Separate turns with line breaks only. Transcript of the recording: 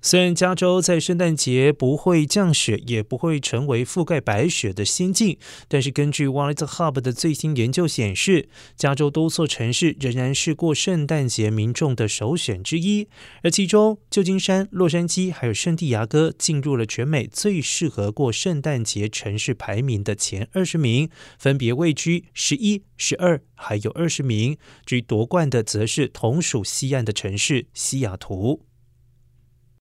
虽然加州在圣诞节不会降雪，也不会成为覆盖白雪的仙境，但是根据 Wallet Hub 的最新研究显示，加州多座城市仍然是过圣诞节民众的首选之一，而其中旧金山、洛杉矶还有圣地亚哥进入了全美最适合过圣诞节城市排名的前20名，分别位居11、12还有20名，至于夺冠的则是同属西岸的城市西雅图。